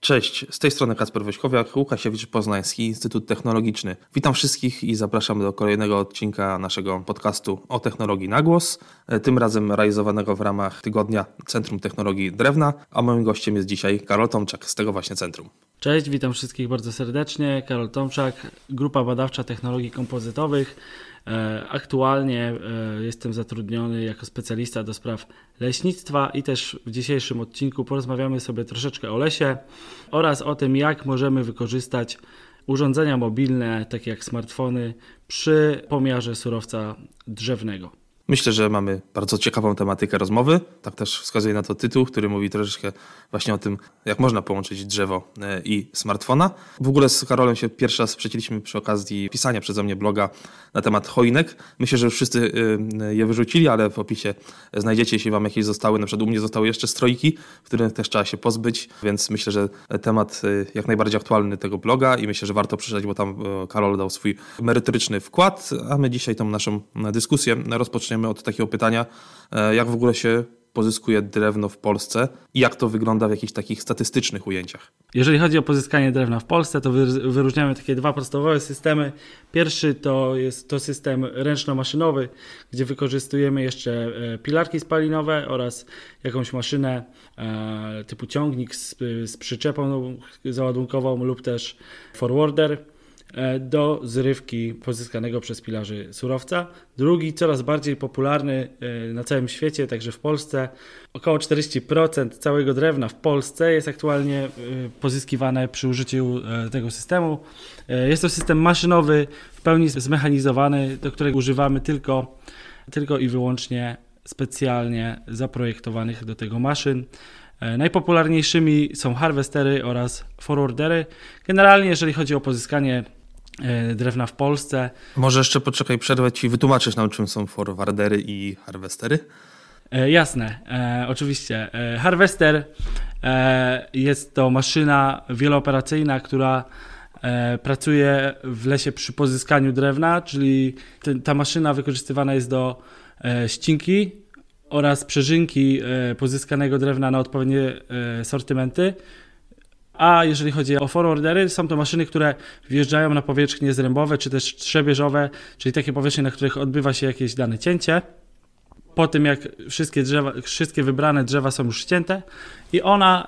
Cześć, z tej strony Kacper Woźkowiak, Łukasiewicz Poznański, Instytut Technologiczny. Witam wszystkich i zapraszam do kolejnego odcinka naszego podcastu o technologii na głos, tym razem realizowanego w ramach tygodnia Centrum Technologii Drewna, a moim gościem jest dzisiaj Karol Tomczak z tego właśnie centrum. Cześć, witam wszystkich bardzo serdecznie. Karol Tomczak, Grupa Badawcza Technologii Kompozytowych. Aktualnie jestem zatrudniony jako specjalista do spraw leśnictwa i też w dzisiejszym odcinku porozmawiamy sobie troszeczkę o lesie oraz o tym, jak możemy wykorzystać urządzenia mobilne, takie jak smartfony, przy pomiarze surowca drzewnego. Myślę, że mamy bardzo ciekawą tematykę rozmowy. Tak też wskazuje na to tytuł, który mówi troszeczkę właśnie o tym, jak można połączyć drzewo i smartfona. W ogóle z Karolem się pierwszy raz sprzeciwiliśmy przy okazji pisania przeze mnie bloga na temat choinek. Myślę, że już wszyscy je wyrzucili, ale w opisie znajdziecie, jeśli wam jakieś zostały. Na przykład u mnie zostały jeszcze strojki, których też trzeba się pozbyć, więc myślę, że temat jak najbardziej aktualny tego bloga i myślę, że warto przeczytać, bo tam Karol dał swój merytoryczny wkład, a my dzisiaj tą naszą dyskusję rozpoczniemy od takiego pytania, jak w ogóle się pozyskuje drewno w Polsce i jak to wygląda w jakichś takich statystycznych ujęciach. Jeżeli chodzi o pozyskanie drewna w Polsce, to wyróżniamy takie dwa podstawowe systemy. Pierwszy to jest to system ręczno-maszynowy, gdzie wykorzystujemy jeszcze pilarki spalinowe oraz jakąś maszynę typu ciągnik z przyczepą załadunkową lub też forwarder do zrywki pozyskanego przez pilarzy surowca. Drugi, coraz bardziej popularny na całym świecie, także w Polsce, około 40% całego drewna w Polsce jest aktualnie pozyskiwane przy użyciu tego systemu. Jest to system maszynowy, w pełni zmechanizowany, do którego używamy tylko i wyłącznie specjalnie zaprojektowanych do tego maszyn. Najpopularniejszymi są harwestery oraz forwardery. Generalnie, jeżeli chodzi o pozyskanie drewna w Polsce. Może jeszcze poczekaj, przerwę ci, wytłumaczysz nam, czym są forwardery i harwestery? Jasne, oczywiście. Harvester jest to maszyna wielooperacyjna, która pracuje w lesie przy pozyskaniu drewna, czyli ta maszyna wykorzystywana jest do ścinki oraz przeżynki pozyskanego drewna na odpowiednie sortymenty. A jeżeli chodzi o forwardery, są to maszyny, które wjeżdżają na powierzchnie zrębowe czy też trzebieżowe, czyli takie powierzchnie, na których odbywa się jakieś dane cięcie. Po tym jak wszystkie wybrane drzewa są już ścięte i ona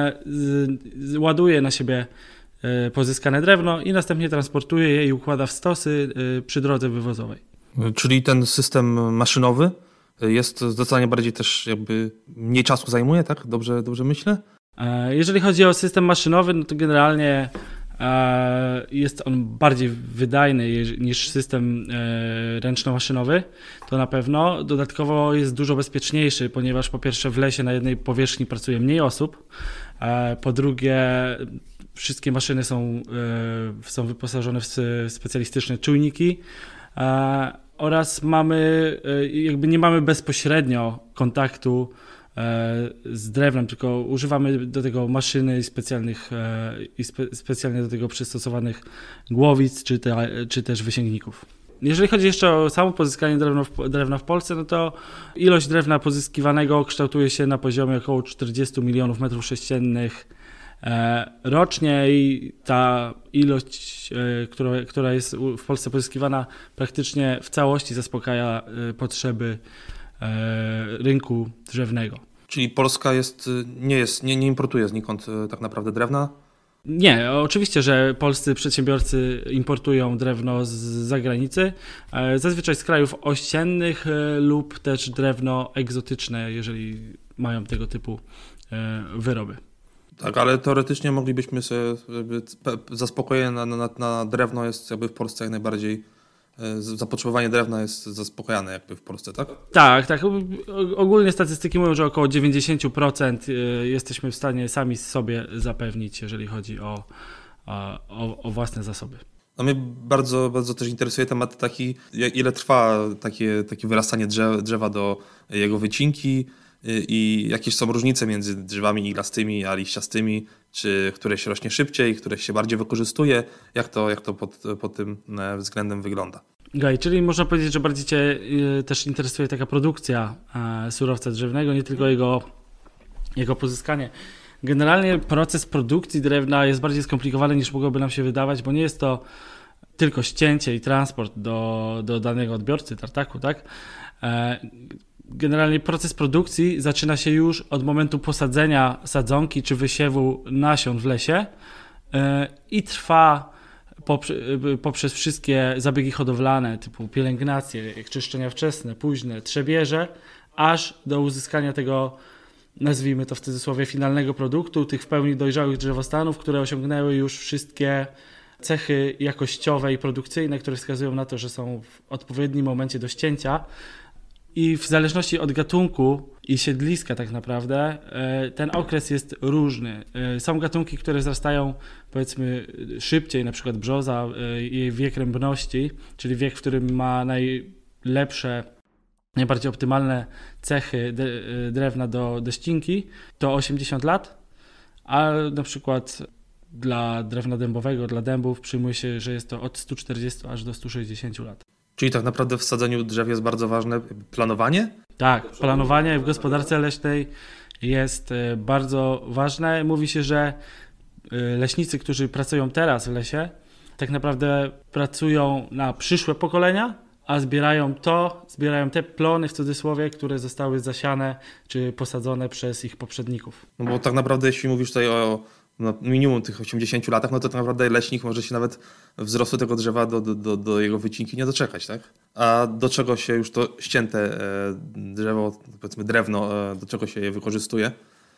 ładuje na siebie pozyskane drewno i następnie transportuje je i układa w stosy przy drodze wywozowej. Czyli ten system maszynowy jest zdecydowanie bardziej też jakby mniej czasu zajmuje, tak? Dobrze myślę? Jeżeli chodzi o system maszynowy, no to generalnie jest on bardziej wydajny niż system ręczno-maszynowy, to na pewno. Dodatkowo jest dużo bezpieczniejszy, ponieważ po pierwsze w lesie na jednej powierzchni pracuje mniej osób, po drugie wszystkie maszyny są wyposażone w specjalistyczne czujniki oraz nie mamy bezpośrednio kontaktu z drewnem, tylko używamy do tego maszyny specjalnie do tego przystosowanych głowic czy też wysięgników. Jeżeli chodzi jeszcze o samo pozyskanie drewna w Polsce, no to ilość drewna pozyskiwanego kształtuje się na poziomie około 40 milionów metrów sześciennych rocznie i ta ilość, która jest w Polsce pozyskiwana, praktycznie w całości zaspokaja potrzeby rynku drzewnego. Czyli Polska nie importuje znikąd tak naprawdę drewna? Nie, oczywiście, że polscy przedsiębiorcy importują drewno z zagranicy, zazwyczaj z krajów ościennych lub też drewno egzotyczne, jeżeli mają tego typu wyroby. Tak, ale teoretycznie moglibyśmy sobie zaspokojenie na drewno jest jakby w Polsce jak najbardziej, zapotrzebowanie drewna jest zaspokojane jakby w Polsce, tak? Tak. Ogólnie statystyki mówią, że około 90% jesteśmy w stanie sami sobie zapewnić, jeżeli chodzi o własne zasoby. No mnie bardzo, bardzo też interesuje temat taki, ile trwa takie wyrastanie drzewa do jego wycinki i jakieś są różnice między drzewami iglastymi a liściastymi, czy któreś rośnie szybciej, któreś się bardziej wykorzystuje, jak to pod tym względem wygląda. Czyli można powiedzieć, że bardziej Cię też interesuje taka produkcja surowca drzewnego, nie tylko jego pozyskanie. Generalnie proces produkcji drewna jest bardziej skomplikowany niż mogłoby nam się wydawać, bo nie jest to tylko ścięcie i transport do danego odbiorcy tartaku, tak? Generalnie proces produkcji zaczyna się już od momentu posadzenia sadzonki czy wysiewu nasion w lesie i trwa poprzez wszystkie zabiegi hodowlane typu pielęgnacje, czyszczenia wczesne, późne, trzebieże, aż do uzyskania tego, nazwijmy to w cudzysłowie, finalnego produktu, tych w pełni dojrzałych drzewostanów, które osiągnęły już wszystkie cechy jakościowe i produkcyjne, które wskazują na to, że są w odpowiednim momencie do ścięcia. I w zależności od gatunku i siedliska tak naprawdę ten okres jest różny. Są gatunki, które wzrastają powiedzmy szybciej, na przykład brzoza, jej wiek rębności, czyli wiek, w którym ma najlepsze, najbardziej optymalne cechy drewna do ścinki, to 80 lat, a na przykład dla drewna dębowego, dla dębów przyjmuje się, że jest to od 140 aż do 160 lat. Czyli tak naprawdę w sadzeniu drzew jest bardzo ważne planowanie? Tak, planowanie w gospodarce leśnej jest bardzo ważne. Mówi się, że leśnicy, którzy pracują teraz w lesie, tak naprawdę pracują na przyszłe pokolenia, a zbierają te plony w cudzysłowie, które zostały zasiane czy posadzone przez ich poprzedników. No bo tak naprawdę jeśli mówisz tutaj o minimum tych 80 latach, no to tak naprawdę leśnik może się nawet wzrostu tego drzewa do jego wycinki nie doczekać, tak? A do czego się już to ścięte drzewo, powiedzmy drewno, do czego się je wykorzystuje?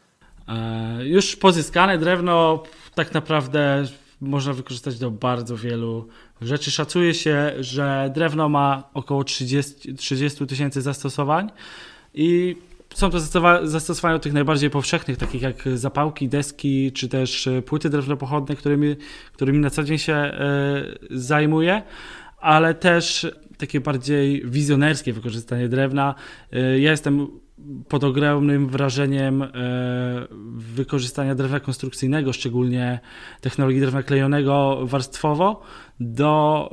Już pozyskane drewno tak naprawdę można wykorzystać do bardzo wielu rzeczy. Szacuje się, że drewno ma około 30 tysięcy zastosowań i są to zastosowania tych najbardziej powszechnych, takich jak zapałki, deski, czy też płyty drewnopochodne, którymi na co dzień się zajmuję, ale też takie bardziej wizjonerskie wykorzystanie drewna. Ja jestem pod ogromnym wrażeniem wykorzystania drewna konstrukcyjnego, szczególnie technologii drewna klejonego warstwowo do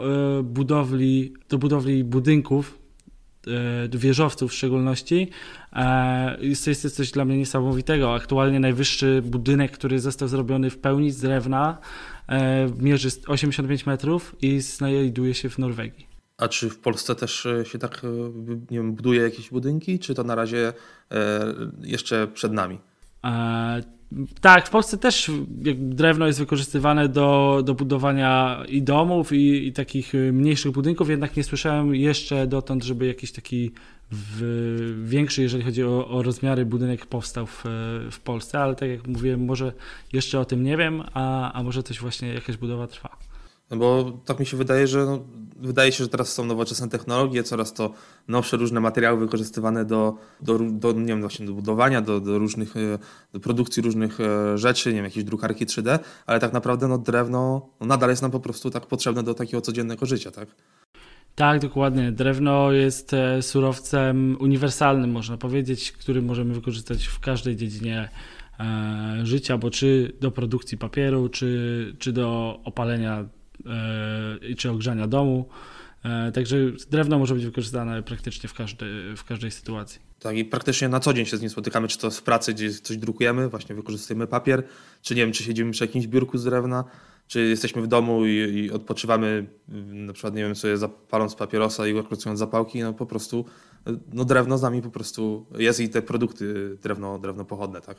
budowli budynków, wieżowców w szczególności. Jest to coś dla mnie niesamowitego. Aktualnie najwyższy budynek, który został zrobiony w pełni z drewna, mierzy 85 metrów i znajduje się w Norwegii. A czy w Polsce też się tak, nie wiem, buduje jakieś budynki, czy to na razie jeszcze przed nami? Tak, w Polsce też drewno jest wykorzystywane do budowania i domów, i takich mniejszych budynków, jednak nie słyszałem jeszcze dotąd, żeby jakiś taki większy, jeżeli chodzi o rozmiary, budynek powstał w Polsce, ale tak jak mówiłem, może jeszcze o tym nie wiem, a może coś właśnie, jakaś budowa trwa. No bo tak mi się wydaje, że wydaje się, że teraz są nowoczesne technologie, coraz to nowsze różne materiały wykorzystywane do nie wiem, właśnie do budowania, do różnych, do produkcji różnych rzeczy, nie wiem, jakieś drukarki 3D, ale tak naprawdę drewno nadal jest nam po prostu tak potrzebne do takiego codziennego życia, tak? Tak, dokładnie. Drewno jest surowcem uniwersalnym, można powiedzieć, który możemy wykorzystać w każdej dziedzinie życia, bo czy do produkcji papieru, czy do opalenia czy ogrzania domu. Także drewno może być wykorzystane praktycznie w każdej sytuacji. Tak, i praktycznie na co dzień się z nim spotykamy, czy to w pracy, gdzie coś drukujemy, właśnie wykorzystujemy papier, czy nie wiem, czy siedzimy przy jakimś biurku z drewna, czy jesteśmy w domu i odpoczywamy, na przykład, nie wiem, sobie paląc papierosa i pracując zapałki, no po prostu drewno z nami po prostu jest i te produkty drewnopochodne, tak?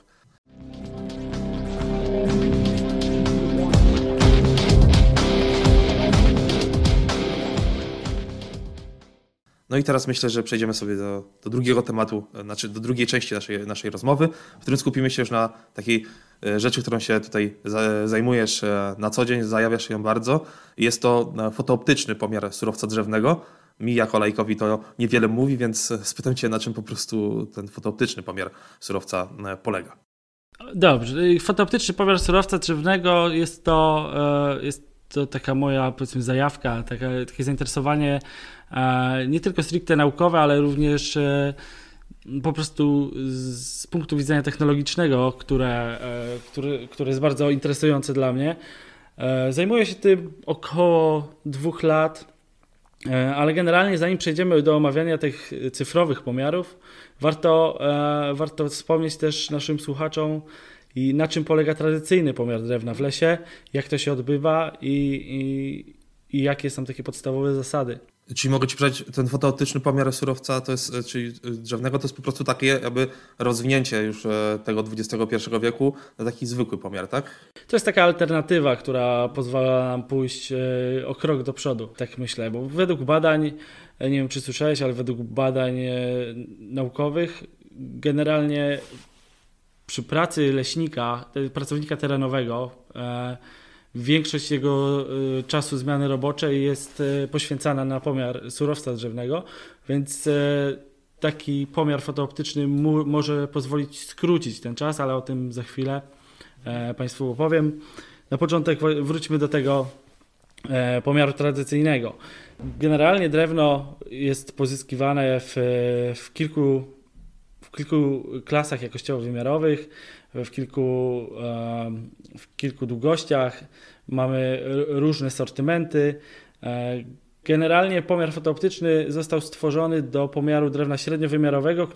No i teraz myślę, że przejdziemy sobie do drugiego tematu, znaczy do drugiej części naszej rozmowy, w którym skupimy się już na takiej rzeczy, którą się tutaj zajmujesz na co dzień, zajawiasz się ją bardzo. Jest to fotooptyczny pomiar surowca drzewnego. Mi jako laikowi to niewiele mówi, więc spytam Cię, na czym po prostu ten fotooptyczny pomiar surowca polega. Dobrze, fotooptyczny pomiar surowca drzewnego jest to taka moja, powiedzmy, zajawka, takie zainteresowanie nie tylko stricte naukowe, ale również po prostu z punktu widzenia technologicznego, które jest bardzo interesujące dla mnie. Zajmuję się tym około 2 lat, ale generalnie zanim przejdziemy do omawiania tych cyfrowych pomiarów, warto wspomnieć też naszym słuchaczom, i na czym polega tradycyjny pomiar drewna w lesie, jak to się odbywa i jakie są takie podstawowe zasady. Czyli mogę Ci powiedzieć, ten fotooptyczny pomiar surowca, to jest, czyli drzewnego, to jest po prostu takie jakby rozwinięcie już tego XXI wieku na taki zwykły pomiar, tak? To jest taka alternatywa, która pozwala nam pójść o krok do przodu, tak myślę, bo według badań, nie wiem czy słyszałeś, ale według badań naukowych generalnie przy pracy leśnika, pracownika terenowego, większość jego czasu zmiany roboczej jest poświęcana na pomiar surowca drzewnego, więc taki pomiar fotooptyczny może pozwolić skrócić ten czas, ale o tym za chwilę Państwu opowiem. Na początek wróćmy do tego pomiaru tradycyjnego. Generalnie drewno jest pozyskiwane w kilku klasach jakościowo-wymiarowych, w kilku długościach. Mamy różne sortymenty. Generalnie pomiar fotooptyczny został stworzony do pomiaru drewna średniowymiarowego,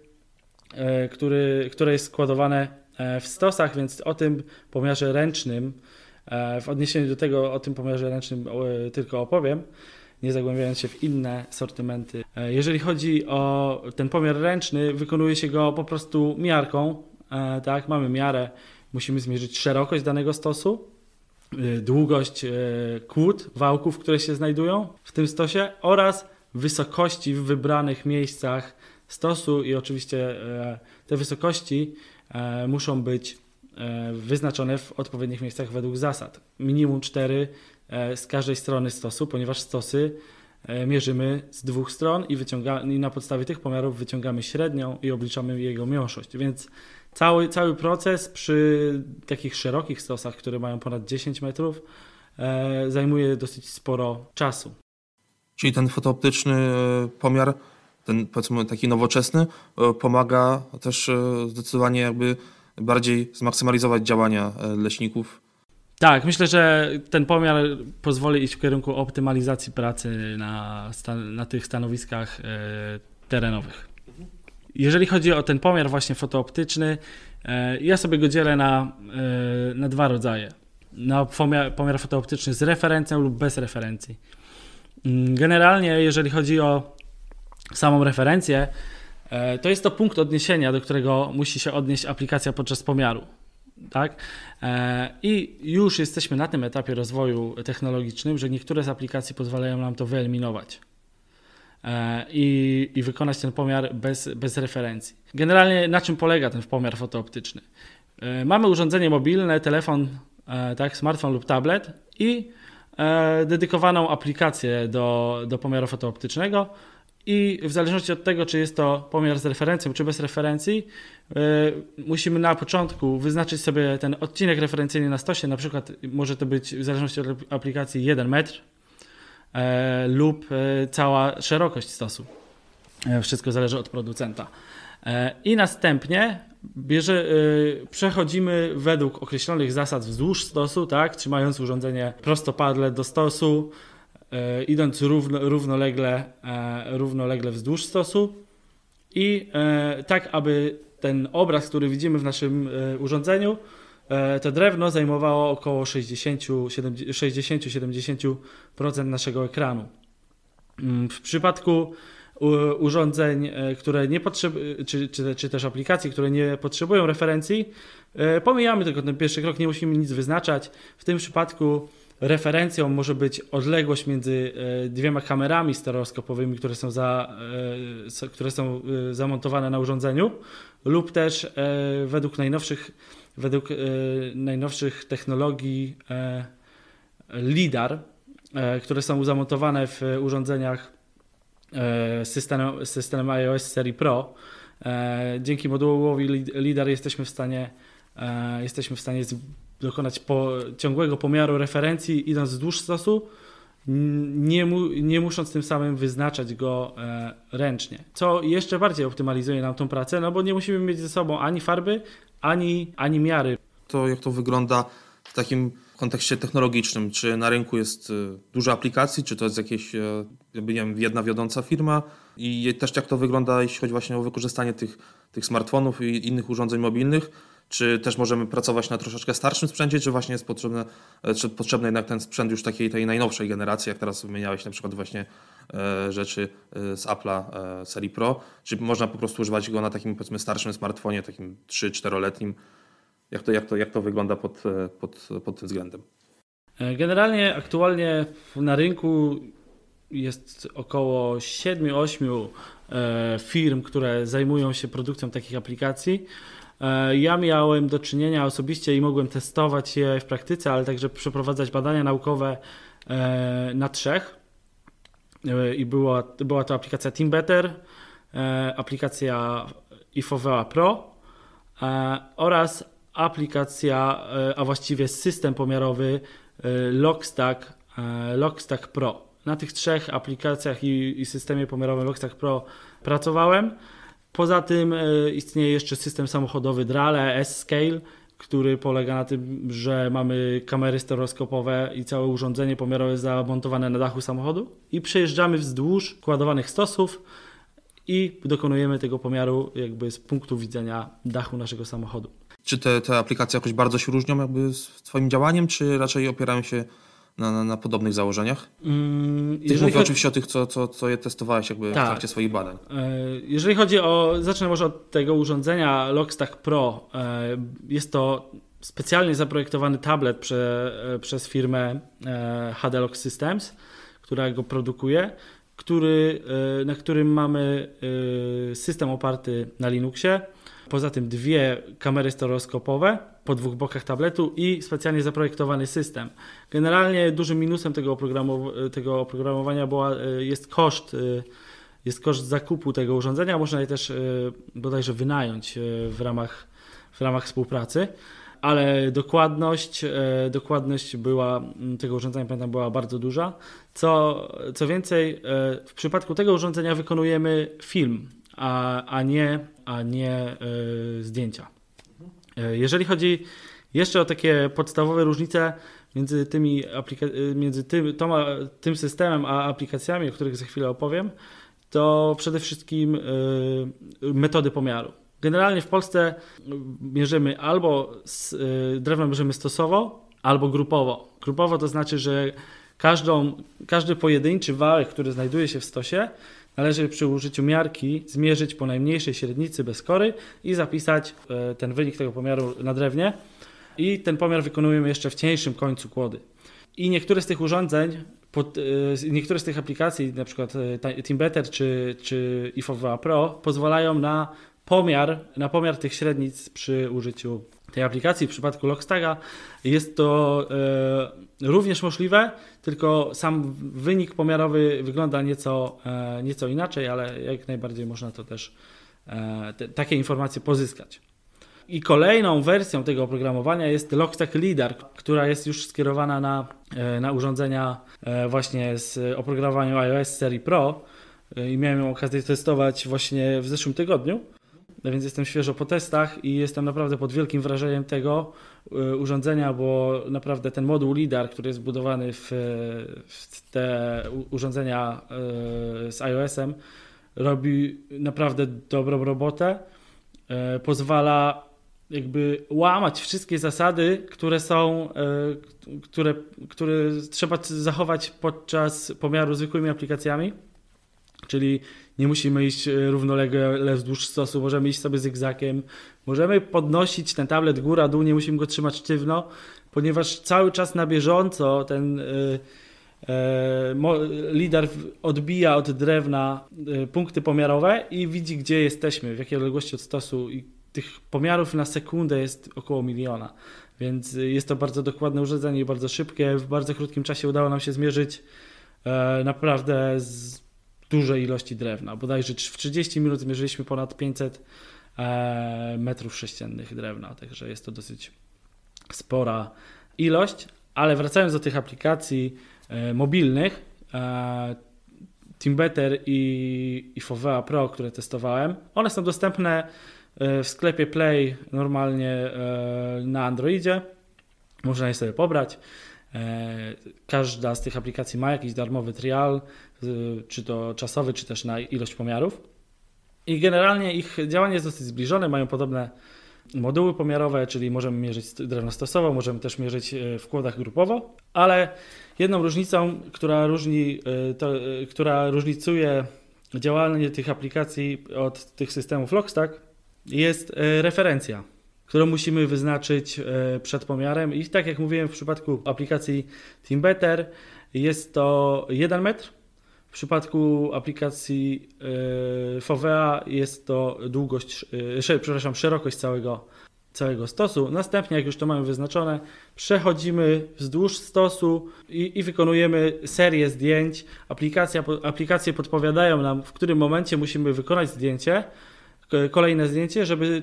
które jest składowane w stosach, więc o tym pomiarze ręcznym, w odniesieniu do tego o tym pomiarze ręcznym tylko opowiem, nie zagłębiając się w inne sortymenty. Jeżeli chodzi o ten pomiar ręczny, wykonuje się go po prostu miarką. Tak, mamy miarę, musimy zmierzyć szerokość danego stosu, długość kłód, wałków, które się znajdują w tym stosie oraz wysokości w wybranych miejscach stosu i oczywiście te wysokości muszą być wyznaczone w odpowiednich miejscach według zasad. Minimum 4 z każdej strony stosu, ponieważ stosy mierzymy z 2 stron i na podstawie tych pomiarów wyciągamy średnią i obliczamy jego miąższość. Więc cały proces przy takich szerokich stosach, które mają ponad 10 metrów, zajmuje dosyć sporo czasu. Czyli ten fotooptyczny pomiar, ten powiedzmy taki nowoczesny, pomaga też zdecydowanie jakby bardziej zmaksymalizować działania leśników. Tak, myślę, że ten pomiar pozwoli iść w kierunku optymalizacji pracy na tych stanowiskach terenowych. Jeżeli chodzi o ten pomiar właśnie fotooptyczny, ja sobie go dzielę na 2 rodzaje. Na pomiar fotooptyczny z referencją lub bez referencji. Generalnie, jeżeli chodzi o samą referencję, to jest to punkt odniesienia, do którego musi się odnieść aplikacja podczas pomiaru. Tak? I już jesteśmy na tym etapie rozwoju technologicznym, że niektóre z aplikacji pozwalają nam to wyeliminować i wykonać ten pomiar bez referencji. Generalnie na czym polega ten pomiar fotooptyczny? Mamy urządzenie mobilne, telefon, tak, smartfon lub tablet i dedykowaną aplikację do pomiaru fotooptycznego. I w zależności od tego, czy jest to pomiar z referencją, czy bez referencji, musimy na początku wyznaczyć sobie ten odcinek referencyjny na stosie. Na przykład może to być w zależności od aplikacji 1 metr lub cała szerokość stosu. Wszystko zależy od producenta. I następnie przechodzimy według określonych zasad wzdłuż stosu, tak, trzymając urządzenie prostopadle do stosu, idąc równolegle wzdłuż stosu i tak, aby ten obraz, który widzimy w naszym urządzeniu, to drewno zajmowało około 60-70% naszego ekranu. W przypadku urządzeń, które nie czy też aplikacji, które nie potrzebują referencji, pomijamy tylko ten pierwszy krok, nie musimy nic wyznaczać. W tym przypadku referencją może być odległość między 2 kamerami stereoskopowymi, które są zamontowane na urządzeniu, lub też według najnowszych technologii LiDAR, które są zamontowane w urządzeniach systemem iOS serii Pro. Dzięki modułowi LiDAR jesteśmy w stanie dokonać ciągłego pomiaru referencji idąc wzdłuż stosu, nie musząc tym samym wyznaczać go ręcznie. Co jeszcze bardziej optymalizuje nam tą pracę, no bo nie musimy mieć ze sobą ani farby, ani miary. To jak to wygląda w takim kontekście technologicznym? Czy na rynku jest dużo aplikacji, czy to jest jakieś, jakby nie wiem, jedna wiodąca firma? I też jak to wygląda, jeśli chodzi właśnie o wykorzystanie tych smartfonów i innych urządzeń mobilnych? Czy też możemy pracować na troszeczkę starszym sprzęcie, czy właśnie jest potrzebny jednak ten sprzęt już tej najnowszej generacji, jak teraz wymieniałeś na przykład właśnie rzeczy z Apple'a serii Pro, czy można po prostu używać go na takim powiedzmy starszym smartfonie, takim 3-4-letnim? Jak to wygląda pod tym względem? Generalnie aktualnie na rynku jest około 7-8 firm, które zajmują się produkcją takich aplikacji. Ja miałem do czynienia osobiście i mogłem testować je w praktyce, ale także przeprowadzać badania naukowe na 3. I była to aplikacja TeamBetter, aplikacja IFOVEA Pro oraz aplikacja, a właściwie system pomiarowy Logstack Pro. Na tych 3 aplikacjach i systemie pomiarowym Logstack Pro pracowałem. Poza tym istnieje jeszcze system samochodowy Drale S-Scale, który polega na tym, że mamy kamery stereoskopowe i całe urządzenie pomiarowe zamontowane na dachu samochodu i przejeżdżamy wzdłuż kładowanych stosów i dokonujemy tego pomiaru jakby z punktu widzenia dachu naszego samochodu. Czy te aplikacje jakoś bardzo się różnią jakby z Twoim działaniem, czy raczej opierają się na podobnych założeniach? Mówię oczywiście o tych, co je testowałeś jakby tak, w trakcie swoich badań. Jeżeli chodzi zacznę może od tego urządzenia Logstack Pro. Jest to specjalnie zaprojektowany tablet przez firmę HD Log Systems, która go produkuje, na którym mamy system oparty na Linuxie. Poza tym 2 kamery stereoskopowe po 2 bokach tabletu i specjalnie zaprojektowany system. Generalnie dużym minusem tego oprogramowania jest koszt zakupu tego urządzenia. Można je też bodajże wynająć w ramach współpracy, ale dokładność tego urządzenia, pamiętam, była bardzo duża. Co więcej, w przypadku tego urządzenia wykonujemy film, a nie zdjęcia. Jeżeli chodzi jeszcze o takie podstawowe różnice między tym systemem a aplikacjami, o których za chwilę opowiem, to przede wszystkim metody pomiaru. Generalnie w Polsce mierzymy drewno mierzymy stosowo, albo grupowo. Grupowo to znaczy, że każdy pojedynczy wałek, który znajduje się w stosie, należy przy użyciu miarki zmierzyć po najmniejszej średnicy bez kory i zapisać ten wynik tego pomiaru na drewnie. I ten pomiar wykonujemy jeszcze w cieńszym końcu kłody. I niektóre z tych urządzeń, niektóre z tych aplikacji, na przykład TeamBetter czy IFOVEA Pro, pozwalają na pomiar tych średnic przy użyciu tej aplikacji. W przypadku Logstacka jest to również możliwe, tylko sam wynik pomiarowy wygląda nieco inaczej, ale jak najbardziej można to też takie informacje pozyskać. I kolejną wersją tego oprogramowania jest Logstack LiDAR, która jest już skierowana na urządzenia właśnie z oprogramowaniem iOS serii Pro i miałem okazję testować właśnie w zeszłym tygodniu. Więc jestem świeżo po testach i jestem naprawdę pod wielkim wrażeniem tego urządzenia, bo naprawdę ten moduł LiDAR, który jest wbudowany w te urządzenia z iOS-em, robi naprawdę dobrą robotę. Pozwala jakby łamać wszystkie zasady, które trzeba zachować podczas pomiaru zwykłymi aplikacjami. Czyli nie musimy iść równolegle wzdłuż stosu, możemy iść sobie zygzakiem, możemy podnosić ten tablet góra-dół, nie musimy go trzymać sztywno, ponieważ cały czas na bieżąco ten LiDAR odbija od drewna punkty pomiarowe i widzi, gdzie jesteśmy, w jakiej odległości od stosu, i tych pomiarów na sekundę jest około 1 miliona, więc jest to bardzo dokładne urządzenie i bardzo szybkie. W bardzo krótkim czasie udało nam się zmierzyć naprawdę dużej ilości drewna. Bodajże w 30 minut zmierzyliśmy ponad 500 metrów sześciennych drewna, także jest to dosyć spora ilość. Ale wracając do tych aplikacji mobilnych, TeamBetter i IFOVEA Pro, które testowałem, one są dostępne w sklepie Play normalnie na Androidzie. Można je sobie pobrać. Każda z tych aplikacji ma jakiś darmowy trial, czy to czasowy, czy też na ilość pomiarów. I generalnie ich działanie jest dosyć zbliżone, mają moduły pomiarowe, czyli możemy mierzyć drewno stosowo, możemy też mierzyć w kłodach grupowo, ale jedną różnicą, która różnicuje działanie tych aplikacji od tych systemów Logstack, jest referencja, którą musimy wyznaczyć przed pomiarem i tak jak mówiłem w przypadku aplikacji Teambetter jest to 1 metr, w przypadku aplikacji Fovea jest to szerokość całego stosu. Następnie jak już to mamy wyznaczone, przechodzimy wzdłuż stosu i wykonujemy serię zdjęć. Aplikacje podpowiadają nam, w którym momencie musimy wykonać kolejne zdjęcie, żeby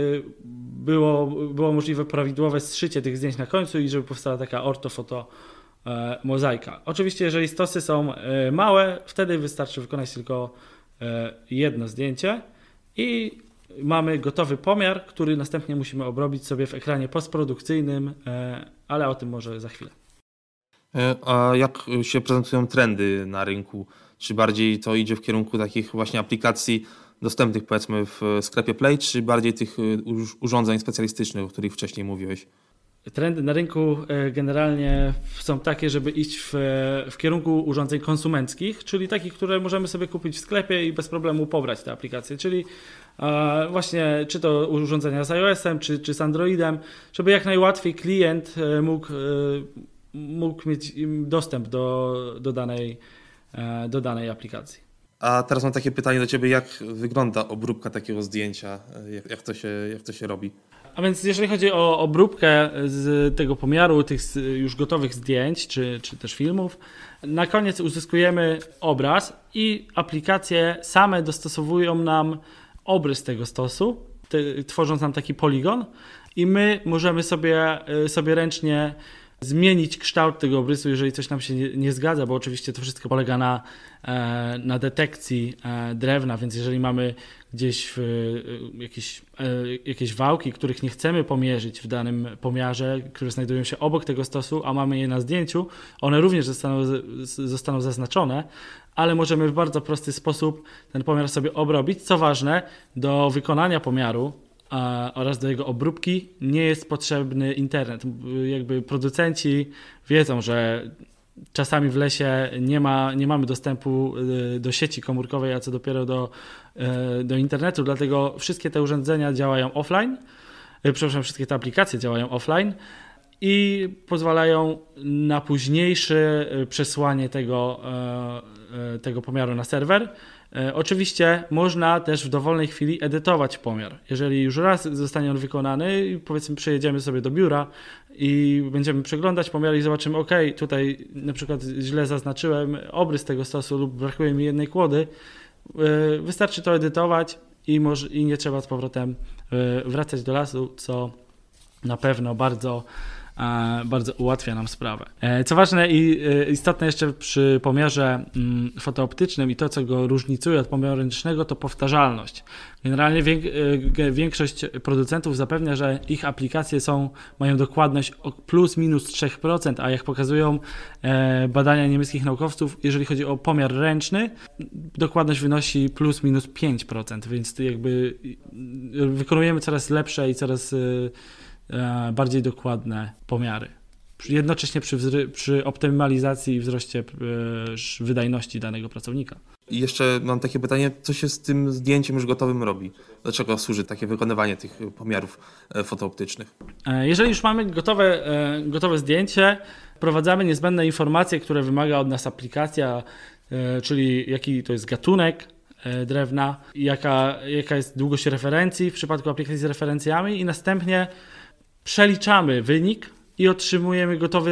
było możliwe prawidłowe zszycie tych zdjęć na końcu i żeby powstała taka ortofoto mozaika. Oczywiście jeżeli stosy są małe, wtedy wystarczy wykonać tylko jedno zdjęcie i mamy gotowy pomiar, który następnie musimy obrobić sobie w ekranie postprodukcyjnym, ale o tym może za chwilę. A jak się prezentują trendy na rynku? Czy bardziej to idzie w kierunku takich właśnie aplikacji dostępnych powiedzmy w sklepie Play, czy bardziej tych urządzeń specjalistycznych, o których wcześniej mówiłeś? Trendy na rynku generalnie są takie, żeby iść w kierunku urządzeń konsumenckich, czyli takich, które możemy sobie kupić w sklepie i bez problemu pobrać te aplikacje, czyli właśnie czy to urządzenia z iOS-em, czy z Androidem, żeby jak najłatwiej klient mógł mieć dostęp do danej aplikacji. A teraz mam takie pytanie do Ciebie, jak wygląda obróbka takiego zdjęcia, jak to się robi? A więc jeżeli chodzi o obróbkę z tego pomiaru, tych już gotowych zdjęć czy też filmów, na koniec uzyskujemy obraz i aplikacje same dostosowują nam obrys tego stosu, tworząc nam taki poligon i my możemy sobie ręcznie zmienić kształt tego obrysu, jeżeli coś nam się nie zgadza, bo oczywiście to wszystko polega na detekcji drewna, więc jeżeli mamy gdzieś jakieś wałki, których nie chcemy pomierzyć w danym pomiarze, które znajdują się obok tego stosu, a mamy je na zdjęciu, one również zostaną zaznaczone, ale możemy w bardzo prosty sposób ten pomiar sobie obrobić. Co ważne, do wykonania pomiaru oraz do jego obróbki nie jest potrzebny internet. Jakby producenci wiedzą, że czasami w lesie nie mamy dostępu do sieci komórkowej, a co dopiero do internetu, dlatego wszystkie te urządzenia działają offline, wszystkie te aplikacje działają offline i pozwalają na późniejsze przesłanie tego pomiaru na serwer. Oczywiście można też w dowolnej chwili edytować pomiar. Jeżeli już raz zostanie on wykonany, powiedzmy przejedziemy sobie do biura i będziemy przeglądać pomiar i zobaczymy, ok, tutaj na przykład źle zaznaczyłem obrys tego stosu lub brakuje mi jednej kłody, wystarczy to edytować i nie trzeba z powrotem wracać do lasu, co na pewno bardzo ułatwia nam sprawę. Co ważne i istotne jeszcze przy pomiarze fotooptycznym i to, co go różnicuje od pomiaru ręcznego, to powtarzalność. Generalnie większość producentów zapewnia, że ich aplikacje mają dokładność o plus minus 3%, a jak pokazują badania niemieckich naukowców, jeżeli chodzi o pomiar ręczny, dokładność wynosi plus minus 5%, więc jakby wykonujemy coraz lepsze i coraz bardziej dokładne pomiary. Jednocześnie przy optymalizacji i wzroście wydajności danego pracownika. I jeszcze mam takie pytanie, co się z tym zdjęciem już gotowym robi? Do służy takie wykonywanie tych pomiarów fotooptycznych? Jeżeli już mamy gotowe zdjęcie, wprowadzamy niezbędne informacje, które wymaga od nas aplikacja, czyli jaki to jest gatunek drewna, jaka jest długość referencji w przypadku aplikacji z referencjami i następnie przeliczamy wynik i otrzymujemy gotowy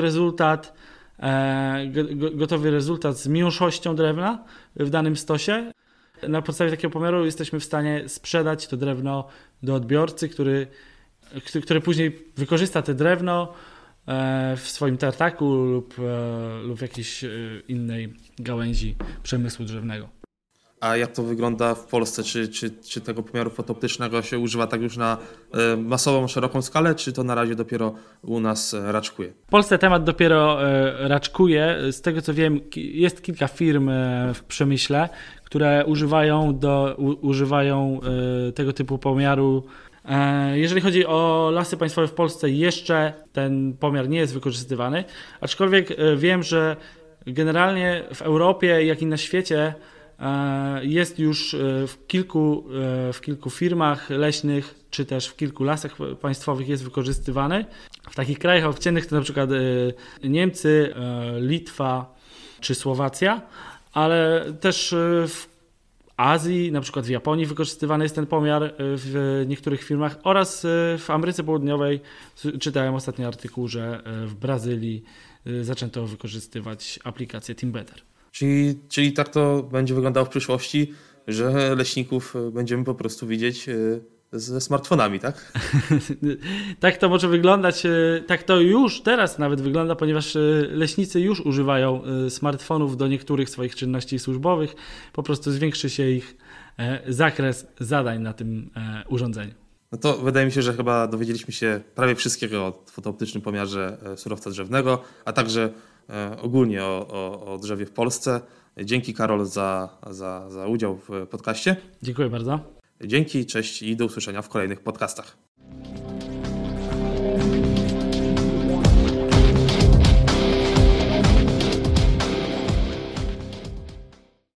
rezultat z miąższością drewna w danym stosie. Na podstawie takiego pomiaru jesteśmy w stanie sprzedać to drewno do odbiorcy, który później wykorzysta to drewno w swoim tartaku lub jakiejś innej gałęzi przemysłu drzewnego. A jak to wygląda w Polsce? Czy tego pomiaru fotooptycznego się używa tak już na masową, szeroką skalę, czy to na razie dopiero u nas raczkuje? W Polsce temat dopiero raczkuje. Z tego co wiem, jest kilka firm w przemyśle, które używają tego typu pomiaru Jeżeli chodzi o lasy państwowe w Polsce, jeszcze ten pomiar nie jest wykorzystywany, aczkolwiek wiem, że generalnie w Europie, jak i na świecie jest już w kilku firmach leśnych, czy też w kilku lasach państwowych jest wykorzystywany. W takich krajach oficialnych to na przykład Niemcy, Litwa czy Słowacja, ale też w Azji, na przykład w Japonii wykorzystywany jest ten pomiar w niektórych firmach oraz w Ameryce Południowej czytałem ostatni artykuł, że w Brazylii zaczęto wykorzystywać aplikację Team Better. Czyli tak to będzie wyglądało w przyszłości, że leśników będziemy po prostu widzieć ze smartfonami, tak? Tak to może wyglądać, tak to już teraz nawet wygląda, ponieważ leśnicy już używają smartfonów do niektórych swoich czynności służbowych, po prostu zwiększy się ich zakres zadań na tym urządzeniu. No to wydaje mi się, że chyba dowiedzieliśmy się prawie wszystkiego o fotooptycznym pomiarze surowca drzewnego, a także ogólnie o drzewie w Polsce. Dzięki, Karol, za udział w podcaście. Dziękuję bardzo. Dzięki, cześć i do usłyszenia w kolejnych podcastach.